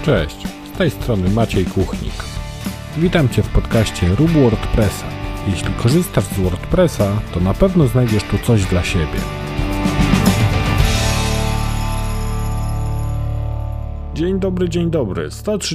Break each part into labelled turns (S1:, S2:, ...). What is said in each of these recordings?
S1: Cześć, z tej strony Maciej Kuchnik. Witam Cię w podcaście Rób WordPressa. Jeśli korzystasz z WordPressa, to na pewno znajdziesz tu coś dla siebie. Dzień dobry.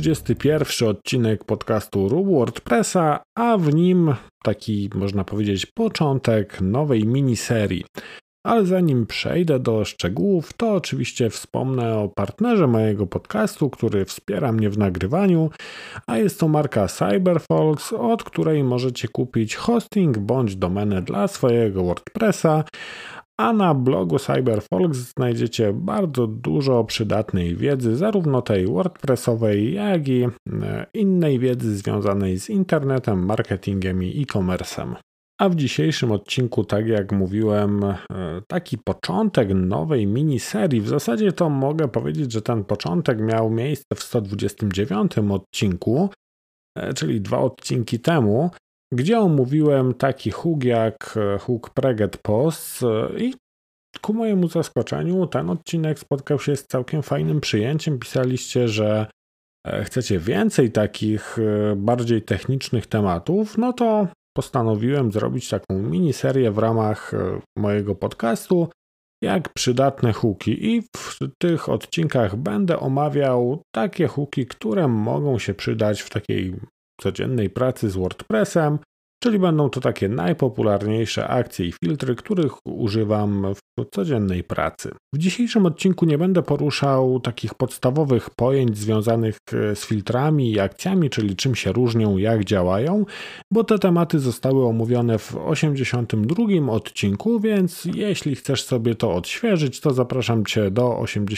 S1: 131 odcinek podcastu Rób WordPressa, a w nim taki, można powiedzieć, początek nowej miniserii. Ale zanim przejdę do szczegółów, to oczywiście wspomnę o partnerze mojego podcastu, który wspiera mnie w nagrywaniu, a jest to marka CyberFolks, od której możecie kupić hosting bądź domenę dla swojego WordPressa, a na blogu CyberFolks znajdziecie bardzo dużo przydatnej wiedzy, zarówno tej WordPressowej, jak i innej wiedzy związanej z internetem, marketingiem i e-commerce'em. A w dzisiejszym odcinku, tak jak mówiłem, taki początek nowej miniserii. W zasadzie to mogę powiedzieć, że ten początek miał miejsce w 129 odcinku, czyli 2 odcinki temu, gdzie omówiłem taki hook jak hook pre-get posts i ku mojemu zaskoczeniu ten odcinek spotkał się z całkiem fajnym przyjęciem. Pisaliście, że chcecie więcej takich bardziej technicznych tematów, no to postanowiłem zrobić taką miniserię w ramach mojego podcastu, jak przydatne hooki, i w tych odcinkach będę omawiał takie hooki, które mogą się przydać w takiej codziennej pracy z WordPressem, czyli będą to takie najpopularniejsze akcje i filtry, których używam w codziennej pracy. W dzisiejszym odcinku nie będę poruszał takich podstawowych pojęć związanych z filtrami i akcjami, czyli czym się różnią, jak działają, bo te tematy zostały omówione w 82 odcinku, więc jeśli chcesz sobie to odświeżyć, to zapraszam Cię do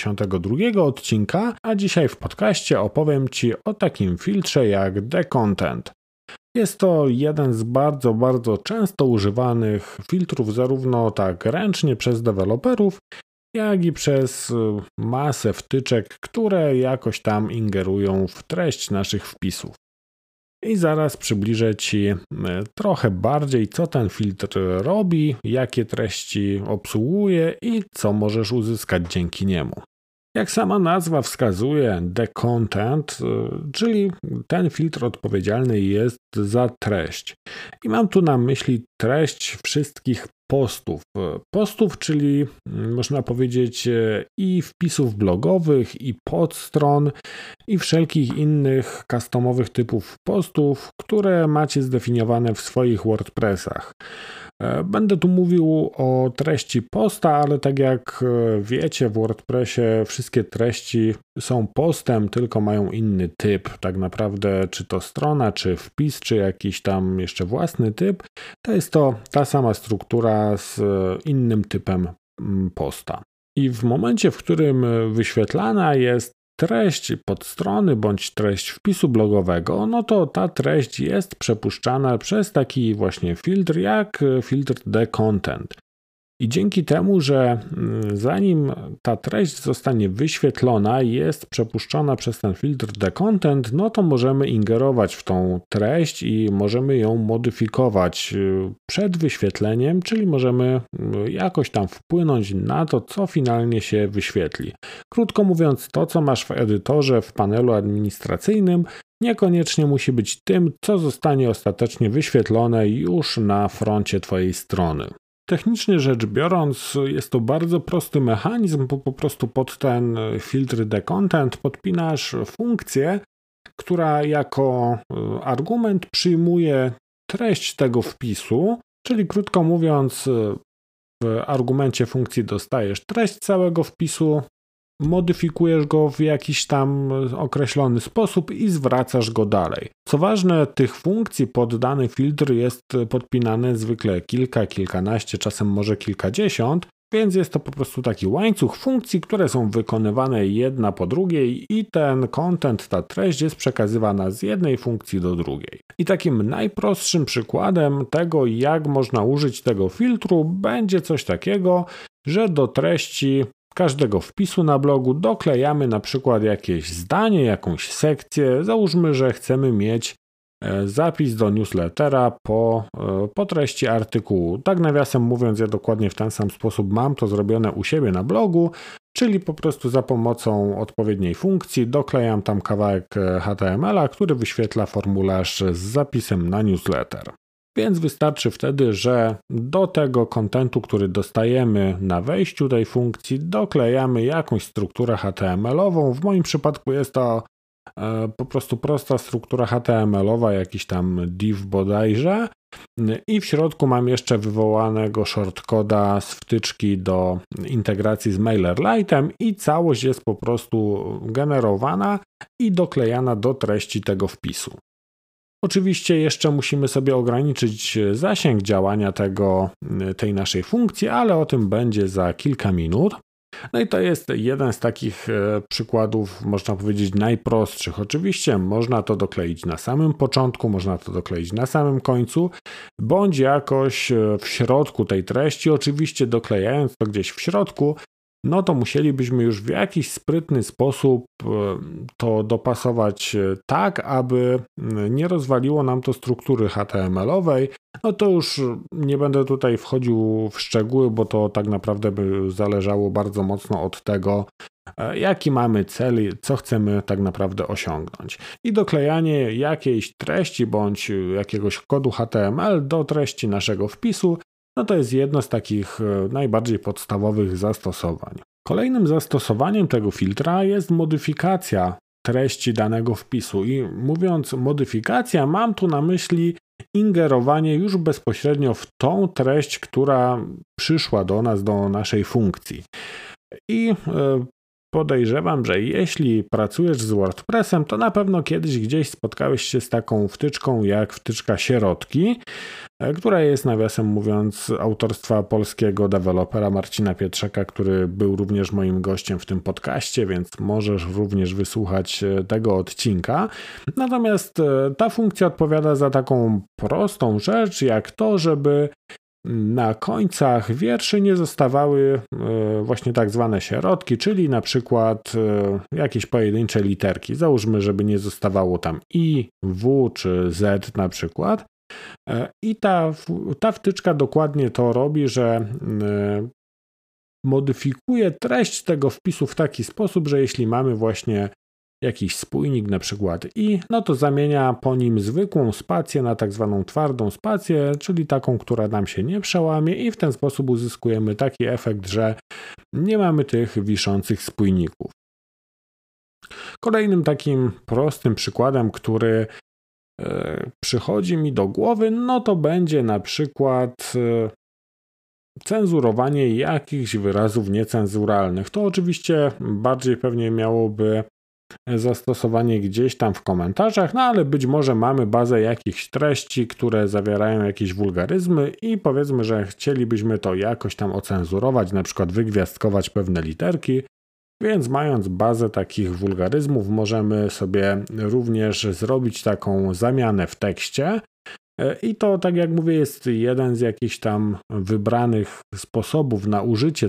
S1: 82 odcinka, a dzisiaj w podcaście opowiem Ci o takim filtrze jak DeContent. Jest to jeden z bardzo często używanych filtrów, zarówno tak ręcznie przez deweloperów, jak i przez masę wtyczek, które jakoś tam ingerują w treść naszych wpisów. I zaraz przybliżę Ci trochę bardziej, co ten filtr robi, jakie treści obsługuje i co możesz uzyskać dzięki niemu. Jak sama nazwa wskazuje, DeContent, czyli ten filtr odpowiedzialny jest za treść. I mam tu na myśli treść wszystkich postów. Postów, czyli można powiedzieć i wpisów blogowych, i podstron, i wszelkich innych customowych typów postów, które macie zdefiniowane w swoich WordPressach. Będę tu mówił o treści posta, ale tak jak wiecie, w WordPressie wszystkie treści są postem, tylko mają inny typ. Tak naprawdę czy to strona, czy wpis, czy jakiś tam jeszcze własny typ, to jest to ta sama struktura z innym typem posta. I w momencie, w którym wyświetlana jest treść podstrony bądź treść wpisu blogowego, no to ta treść jest przepuszczana przez taki właśnie filtr jak filtr DeContent. I dzięki temu, że zanim ta treść zostanie wyświetlona i jest przepuszczona przez ten filtr DeContent, no to możemy ingerować w tą treść i możemy ją modyfikować przed wyświetleniem, czyli możemy jakoś tam wpłynąć na to, co finalnie się wyświetli. Krótko mówiąc, to co masz w edytorze, w panelu administracyjnym, niekoniecznie musi być tym, co zostanie ostatecznie wyświetlone już na froncie Twojej strony. Technicznie rzecz biorąc, jest to bardzo prosty mechanizm, bo po prostu pod ten filtr DeContent podpinasz funkcję, która jako argument przyjmuje treść tego wpisu, czyli krótko mówiąc, w argumencie funkcji dostajesz treść całego wpisu, modyfikujesz go w jakiś tam określony sposób i zwracasz go dalej. Co ważne, tych funkcji pod dany filtr jest podpinane zwykle kilka, kilkanaście, czasem może kilkadziesiąt, więc jest to po prostu taki łańcuch funkcji, które są wykonywane jedna po drugiej i ten content, ta treść jest przekazywana z jednej funkcji do drugiej. I takim najprostszym przykładem tego, jak można użyć tego filtru, będzie coś takiego, że do treści każdego wpisu na blogu doklejamy na przykład jakieś zdanie, jakąś sekcję. Załóżmy, że chcemy mieć zapis do newslettera po treści artykułu. Tak nawiasem mówiąc, ja dokładnie w ten sam sposób mam to zrobione u siebie na blogu, czyli po prostu za pomocą odpowiedniej funkcji doklejam tam kawałek HTML-a, który wyświetla formularz z zapisem na newsletter. Więc wystarczy wtedy, że do tego kontentu, który dostajemy na wejściu tej funkcji, doklejamy jakąś strukturę HTML-ową. W moim przypadku jest to po prostu prosta struktura HTML-owa, jakiś tam div bodajże. I w środku mam jeszcze wywołanego shortcoda z wtyczki do integracji z MailerLite'em i całość jest po prostu generowana i doklejana do treści tego wpisu. Oczywiście jeszcze musimy sobie ograniczyć zasięg działania tej naszej funkcji, ale o tym będzie za kilka minut. No i to jest jeden z takich przykładów, można powiedzieć, najprostszych. Oczywiście można to dokleić na samym początku, można to dokleić na samym końcu, bądź jakoś w środku tej treści. Oczywiście doklejając to gdzieś w środku, no to musielibyśmy już w jakiś sprytny sposób to dopasować tak, aby nie rozwaliło nam to struktury HTML-owej. No to już nie będę tutaj wchodził w szczegóły, bo to tak naprawdę by zależało bardzo mocno od tego, jaki mamy cel, co chcemy tak naprawdę osiągnąć. I doklejanie jakiejś treści bądź jakiegoś kodu HTML do treści naszego wpisu, no to jest jedno z takich najbardziej podstawowych zastosowań. Kolejnym zastosowaniem tego filtra jest modyfikacja treści danego wpisu. I mówiąc modyfikacja, mam tu na myśli ingerowanie już bezpośrednio w tą treść, która przyszła do nas, do naszej funkcji. I podejrzewam, że jeśli pracujesz z WordPressem, to na pewno kiedyś gdzieś spotkałeś się z taką wtyczką jak wtyczka sierotki, która jest nawiasem mówiąc autorstwa polskiego dewelopera Marcina Pietrzaka, który był również moim gościem w tym podcaście, więc możesz również wysłuchać tego odcinka. Natomiast ta funkcja odpowiada za taką prostą rzecz, jak to, żeby na końcach wierszy nie zostawały właśnie tak zwane sierotki, czyli na przykład jakieś pojedyncze literki. Załóżmy, żeby nie zostawało tam i, w czy z na przykład. I ta wtyczka dokładnie to robi, że modyfikuje treść tego wpisu w taki sposób, że jeśli mamy właśnie jakiś spójnik na przykład i, no to zamienia po nim zwykłą spację na tak zwaną twardą spację, czyli taką, która nam się nie przełamie i w ten sposób uzyskujemy taki efekt, że nie mamy tych wiszących spójników. Kolejnym takim prostym przykładem, który przychodzi mi do głowy, no to będzie na przykład cenzurowanie jakichś wyrazów niecenzuralnych. To oczywiście bardziej pewnie miałoby zastosowanie gdzieś tam w komentarzach, no ale być może mamy bazę jakichś treści, które zawierają jakieś wulgaryzmy i powiedzmy, że chcielibyśmy to jakoś tam ocenzurować, na przykład wygwiazdkować pewne literki, więc mając bazę takich wulgaryzmów możemy sobie również zrobić taką zamianę w tekście i to, tak jak mówię, jest jeden z jakichś tam wybranych sposobów na użycie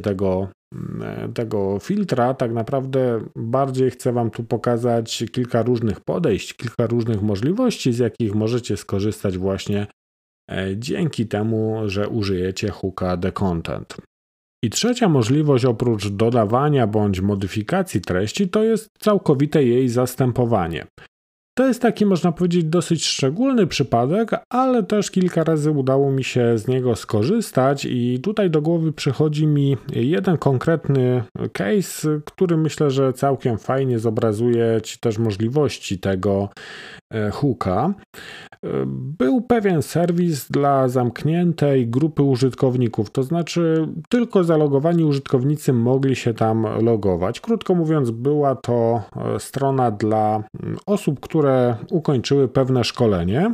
S1: tego filtra. Tak naprawdę bardziej chcę Wam tu pokazać kilka różnych podejść, kilka różnych możliwości, z jakich możecie skorzystać właśnie dzięki temu, że użyjecie hooka The Content. I trzecia możliwość oprócz dodawania bądź modyfikacji treści to jest całkowite jej zastępowanie. To jest taki, można powiedzieć, dosyć szczególny przypadek, ale też kilka razy udało mi się z niego skorzystać i tutaj do głowy przychodzi mi jeden konkretny case, który myślę, że całkiem fajnie zobrazuje Ci też możliwości tego hooka. Był pewien serwis dla zamkniętej grupy użytkowników, to znaczy tylko zalogowani użytkownicy mogli się tam logować. Krótko mówiąc, była to strona dla osób, które ukończyły pewne szkolenie.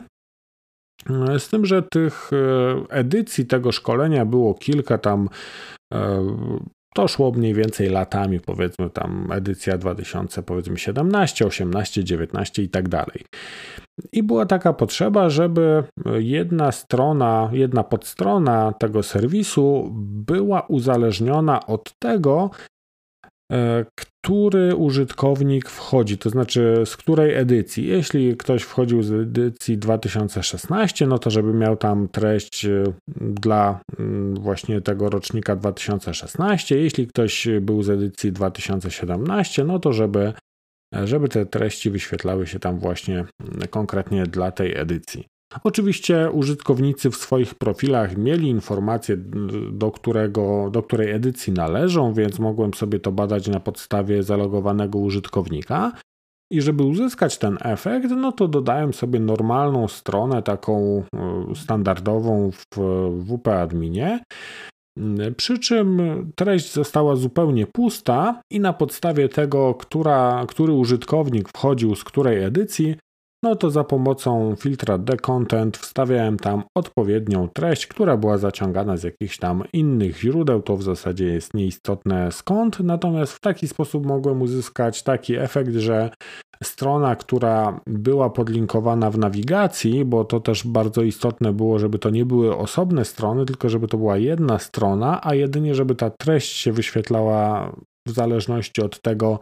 S1: Z tym, że tych edycji tego szkolenia było kilka tam. To szło mniej więcej latami, powiedzmy tam edycja 2017, 18, 19 i tak dalej. I była taka potrzeba, żeby jedna podstrona tego serwisu była uzależniona od tego, który użytkownik wchodzi, to znaczy z której edycji. Jeśli ktoś wchodził z edycji 2016, no to żeby miał tam treść dla właśnie tego rocznika 2016. Jeśli ktoś był z edycji 2017, no to żeby te treści wyświetlały się tam właśnie konkretnie dla tej edycji. Oczywiście użytkownicy w swoich profilach mieli informacje, do której edycji należą, więc mogłem sobie to badać na podstawie zalogowanego użytkownika. I żeby uzyskać ten efekt, no to dodałem sobie normalną stronę, taką standardową w WP Adminie, przy czym treść została zupełnie pusta i na podstawie tego, który użytkownik wchodził z której edycji, no to za pomocą filtra TheContent wstawiałem tam odpowiednią treść, która była zaciągana z jakichś tam innych źródeł, to w zasadzie jest nieistotne skąd, natomiast w taki sposób mogłem uzyskać taki efekt, że strona, która była podlinkowana w nawigacji, bo to też bardzo istotne było, żeby to nie były osobne strony, tylko żeby to była jedna strona, a jedynie żeby ta treść się wyświetlała w zależności od tego,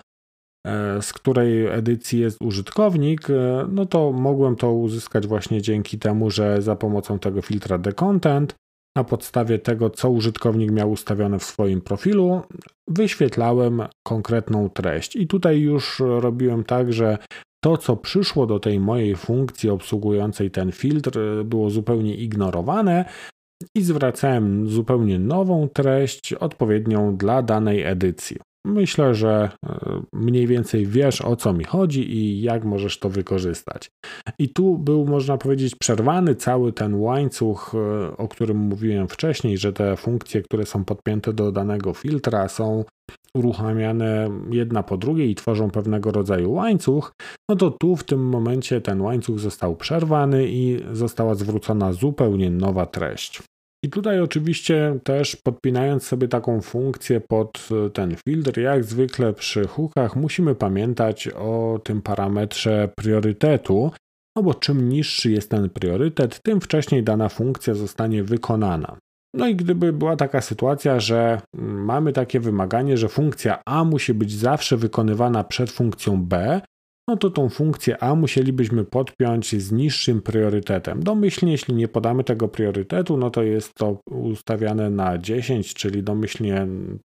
S1: z której edycji jest użytkownik, no to mogłem to uzyskać właśnie dzięki temu, że za pomocą tego filtra TheContent, na podstawie tego, co użytkownik miał ustawione w swoim profilu, wyświetlałem konkretną treść. I tutaj już robiłem tak, że to, co przyszło do tej mojej funkcji obsługującej ten filtr, było zupełnie ignorowane i zwracałem zupełnie nową treść, odpowiednią dla danej edycji. Myślę, że mniej więcej wiesz, o co mi chodzi i jak możesz to wykorzystać. I tu był, można powiedzieć, przerwany cały ten łańcuch, o którym mówiłem wcześniej, że te funkcje, które są podpięte do danego filtra, są uruchamiane jedna po drugiej i tworzą pewnego rodzaju łańcuch, no to tu w tym momencie ten łańcuch został przerwany i została zwrócona zupełnie nowa treść. I tutaj oczywiście też podpinając sobie taką funkcję pod ten filtr, jak zwykle przy hookach musimy pamiętać o tym parametrze priorytetu, no bo czym niższy jest ten priorytet, tym wcześniej dana funkcja zostanie wykonana. No i gdyby była taka sytuacja, że mamy takie wymaganie, że funkcja A musi być zawsze wykonywana przed funkcją B, no to tą funkcję A musielibyśmy podpiąć z niższym priorytetem. Domyślnie, jeśli nie podamy tego priorytetu, no to jest to ustawiane na 10, czyli domyślnie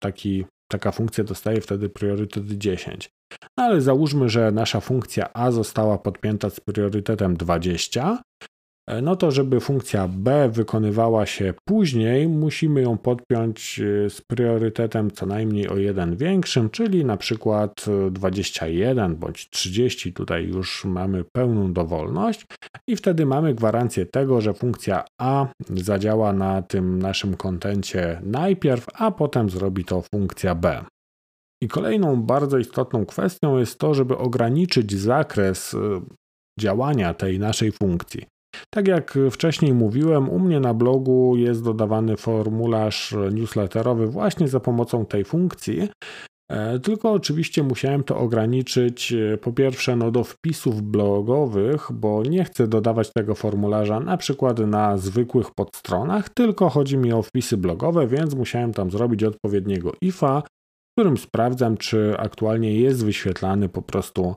S1: taka funkcja dostaje wtedy priorytet 10. No ale załóżmy, że nasza funkcja A została podpięta z priorytetem 20, no to żeby funkcja B wykonywała się później, musimy ją podpiąć z priorytetem co najmniej o 1 większym, czyli na przykład 21 bądź 30, tutaj już mamy pełną dowolność i wtedy mamy gwarancję tego, że funkcja A zadziała na tym naszym kontencie najpierw, a potem zrobi to funkcja B. I kolejną bardzo istotną kwestią jest to, żeby ograniczyć zakres działania tej naszej funkcji. Tak jak wcześniej mówiłem, u mnie na blogu jest dodawany formularz newsletterowy właśnie za pomocą tej funkcji, tylko oczywiście musiałem to ograniczyć po pierwsze do wpisów blogowych, bo nie chcę dodawać tego formularza na przykład na zwykłych podstronach, tylko chodzi mi o wpisy blogowe, więc musiałem tam zrobić odpowiedniego ifa, w którym sprawdzam, czy aktualnie jest wyświetlany po prostu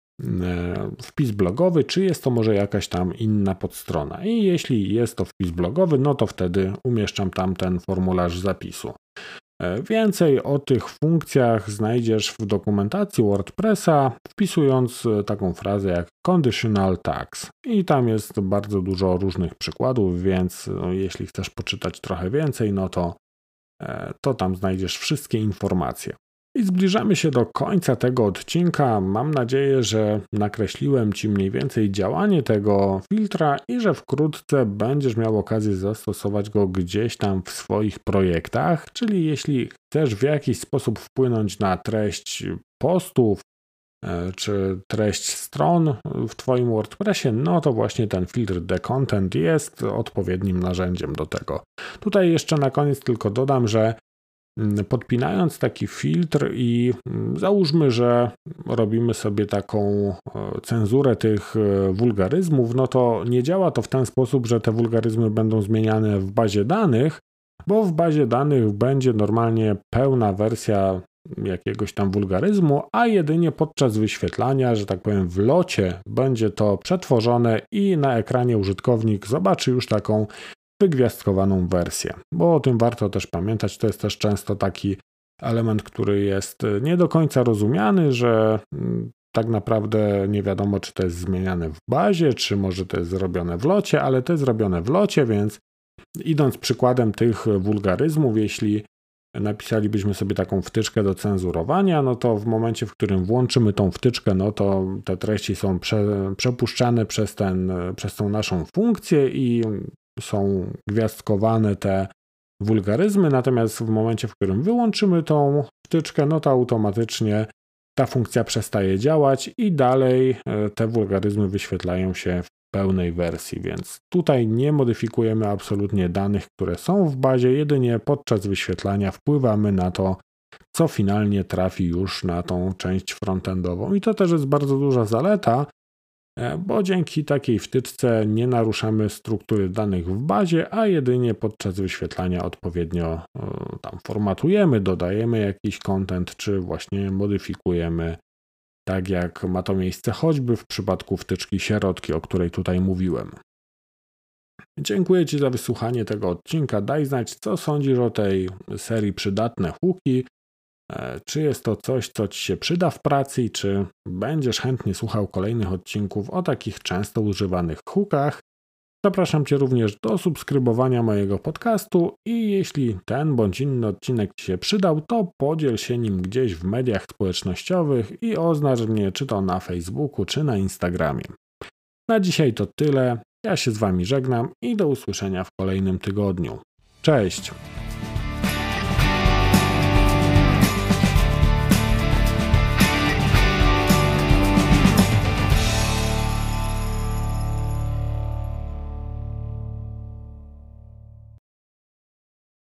S1: wpis blogowy, czy jest to może jakaś tam inna podstrona. I jeśli jest to wpis blogowy, no to wtedy umieszczam tam ten formularz zapisu. Więcej o tych funkcjach znajdziesz w dokumentacji WordPressa, wpisując taką frazę jak conditional tags. I tam jest bardzo dużo różnych przykładów, więc jeśli chcesz poczytać trochę więcej, no to tam znajdziesz wszystkie informacje. I zbliżamy się do końca tego odcinka. Mam nadzieję, że nakreśliłem Ci mniej więcej działanie tego filtra i że wkrótce będziesz miał okazję zastosować go gdzieś tam w swoich projektach, czyli jeśli chcesz w jakiś sposób wpłynąć na treść postów czy treść stron w Twoim WordPressie, no to właśnie ten filtr TheContent jest odpowiednim narzędziem do tego. Tutaj jeszcze na koniec tylko dodam, że podpinając taki filtr i załóżmy, że robimy sobie taką cenzurę tych wulgaryzmów, no to nie działa to w ten sposób, że te wulgaryzmy będą zmieniane w bazie danych, bo w bazie danych będzie normalnie pełna wersja jakiegoś tam wulgaryzmu, a jedynie podczas wyświetlania, że tak powiem w locie, będzie to przetworzone i na ekranie użytkownik zobaczy już taką wygwiazdkowaną wersję. Bo o tym warto też pamiętać, to jest też często taki element, który jest nie do końca rozumiany, że tak naprawdę nie wiadomo, czy to jest zmieniane w bazie, czy może to jest zrobione w locie, ale to jest zrobione w locie, więc idąc przykładem tych wulgaryzmów, jeśli napisalibyśmy sobie taką wtyczkę do cenzurowania, no to w momencie, w którym włączymy tą wtyczkę, no to te treści są przepuszczane przez tą naszą funkcję i są gwiazdkowane te wulgaryzmy, natomiast w momencie, w którym wyłączymy tą wtyczkę, no to automatycznie ta funkcja przestaje działać i dalej te wulgaryzmy wyświetlają się w pełnej wersji, więc tutaj nie modyfikujemy absolutnie danych, które są w bazie, jedynie podczas wyświetlania wpływamy na to, co finalnie trafi już na tą część frontendową. I to też jest bardzo duża zaleta, bo dzięki takiej wtyczce nie naruszamy struktury danych w bazie, a jedynie podczas wyświetlania odpowiednio tam formatujemy, dodajemy jakiś content, czy właśnie modyfikujemy, tak jak ma to miejsce choćby w przypadku wtyczki sierotki, o której tutaj mówiłem. Dziękuję Ci za wysłuchanie tego odcinka. Daj znać, co sądzisz o tej serii Przydatne Hooki. Czy jest to coś, co Ci się przyda w pracy i czy będziesz chętnie słuchał kolejnych odcinków o takich często używanych hookach. Zapraszam Cię również do subskrybowania mojego podcastu i jeśli ten bądź inny odcinek Ci się przydał, to podziel się nim gdzieś w mediach społecznościowych i oznacz mnie czy to na Facebooku, czy na Instagramie. Na dzisiaj to tyle. Ja się z Wami żegnam i do usłyszenia w kolejnym tygodniu. Cześć!